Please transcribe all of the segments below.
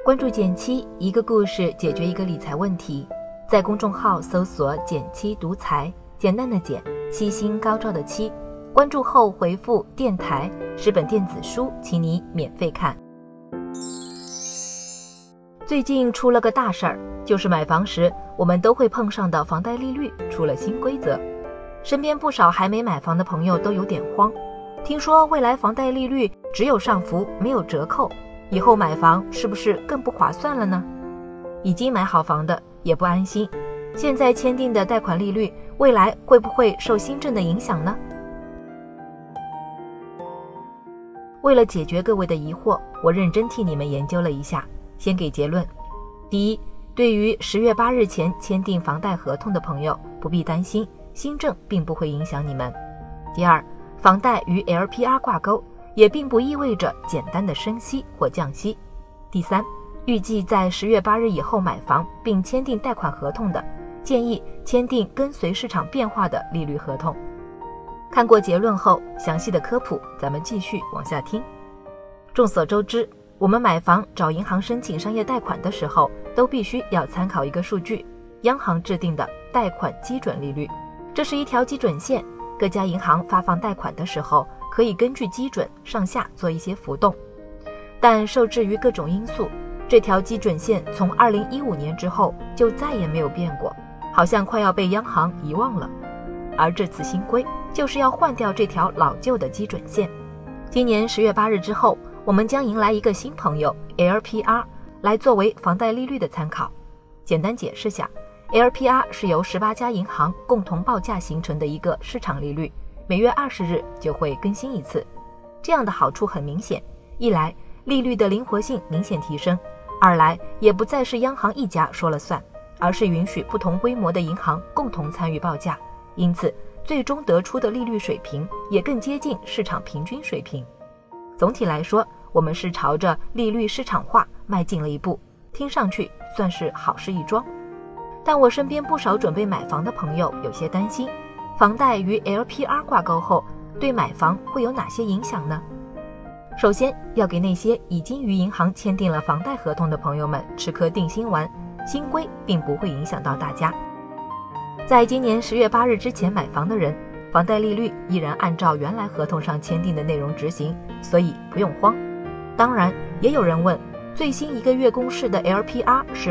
关注减七，一个故事解决一个理财问题。在公众号搜索减七独裁，简单的减，七星高照的七。关注后回复电台，10本电子书，请你免费看。最近出了个大事儿，就是买房时我们都会碰上的房贷利率出了新规则。身边不少还没买房的朋友都有点慌，听说未来房贷利率只有上浮没有折扣，以后买房是不是更不划算了呢？已经买好房的也不安心，现在签订的贷款利率未来会不会受新政的影响呢？为了解决各位的疑惑，我认真替你们研究了一下。先给结论。第一，对于10月8日前签订房贷合同的朋友不必担心，新政并不会影响你们。第二，房贷与 LPR 挂钩也并不意味着简单的升息或降息。第三，预计在10月8日以后买房并签订贷款合同的，建议签订跟随市场变化的利率合同。看过结论后，详细的科普咱们继续往下听。众所周知，我们买房找银行申请商业贷款的时候，都必须要参考一个数据，央行制定的贷款基准利率。这是一条基准线，各家银行发放贷款的时候可以根据基准上下做一些浮动，但受制于各种因素，这条基准线从2015年之后就再也没有变过，好像快要被央行遗忘了。而这次新规就是要换掉这条老旧的基准线。今年10月8日之后，我们将迎来一个新朋友 LPR 来作为房贷利率的参考。简单解释下， LPR 是由18家银行共同报价形成的一个市场利率，每月20日就会更新一次。这样的好处很明显，一来利率的灵活性明显提升，二来也不再是央行一家说了算，而是允许不同规模的银行共同参与报价，因此最终得出的利率水平也更接近市场平均水平。总体来说，我们是朝着利率市场化迈进了一步，听上去算是好事一桩。但我身边不少准备买房的朋友有些担心，房贷与 LPR 挂钩后对买房会有哪些影响呢？首先要给那些已经与银行签订了房贷合同的朋友们吃颗定心丸，新规并不会影响到大家。在今年10月8日之前买房的人，房贷利率依然按照原来合同上签订的内容执行，所以不用慌。当然也有人问，最新一个月公示的 LPR 是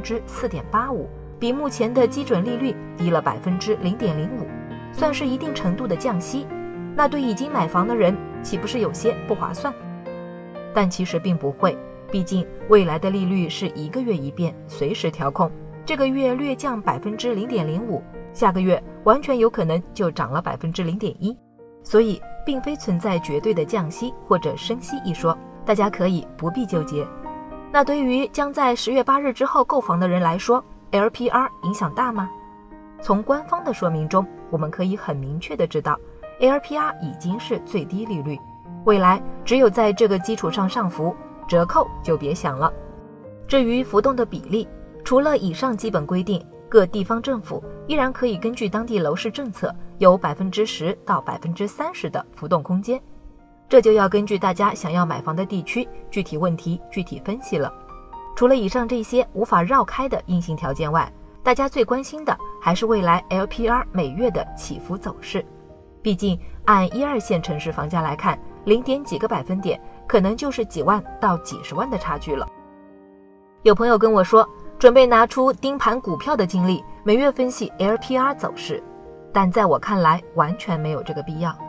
4.85%， 比目前的基准利率低了 0.05%， 算是一定程度的降息，那对已经买房的人岂不是有些不划算？但其实并不会，毕竟未来的利率是一个月一变，随时调控，这个月略降 0.05%， 下个月完全有可能就涨了 0.1%， 所以并非存在绝对的降息或者升息一说，大家可以不必纠结。那对于将在10月8日之后购房的人来说， LPR 影响大吗？从官方的说明中，我们可以很明确的知道， LPR 已经是最低利率，未来只有在这个基础上上浮，折扣就别想了。至于浮动的比例，除了以上基本规定，各地方政府依然可以根据当地楼市政策有 10%到 30% 的浮动空间，这就要根据大家想要买房的地区具体问题具体分析了。除了以上这些无法绕开的硬性条件外，大家最关心的还是未来 LPR 每月的起伏走势。毕竟按1、2线城市房价来看，0点几个百分点可能就是几万到几十万的差距了。有朋友跟我说，准备拿出盯盘股票的精力，每月分析 LPR 走势，但在我看来完全没有这个必要。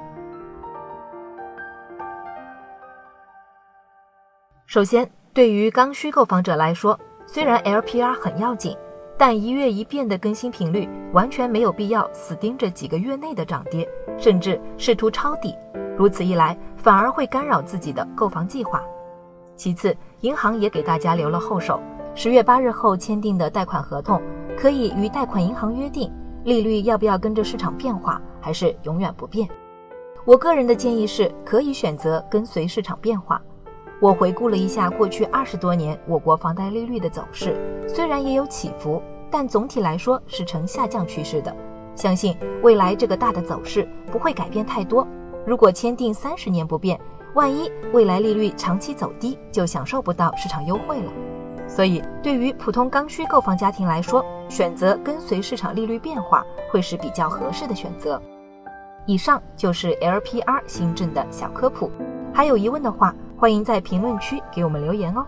首先，对于刚需购房者来说，虽然 LPR 很要紧，但一月一变的更新频率完全没有必要死盯着几个月内的涨跌，甚至试图抄底，如此一来反而会干扰自己的购房计划。其次，银行也给大家留了后手，10月8日后签订的贷款合同可以与贷款银行约定，利率要不要跟着市场变化，还是永远不变。我个人的建议是可以选择跟随市场变化。我回顾了一下过去20多年我国房贷利率的走势，虽然也有起伏，但总体来说是呈下降趋势的。相信未来这个大的走势不会改变太多。如果签订30年不变，万一未来利率长期走低，就享受不到市场优惠了。 所以对于普通刚需购房家庭来说，选择跟随市场利率变化会是比较合适的选择。以上就是 LPR 新政的小科普，还有疑问的话，欢迎在评论区给我们留言哦。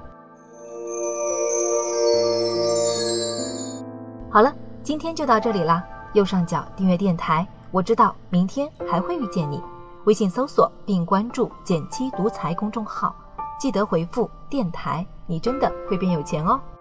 好了，今天就到这里啦，右上角订阅电台，我知道明天还会遇见你。微信搜索并关注减七独裁公众号，记得回复电台，你真的会变有钱哦。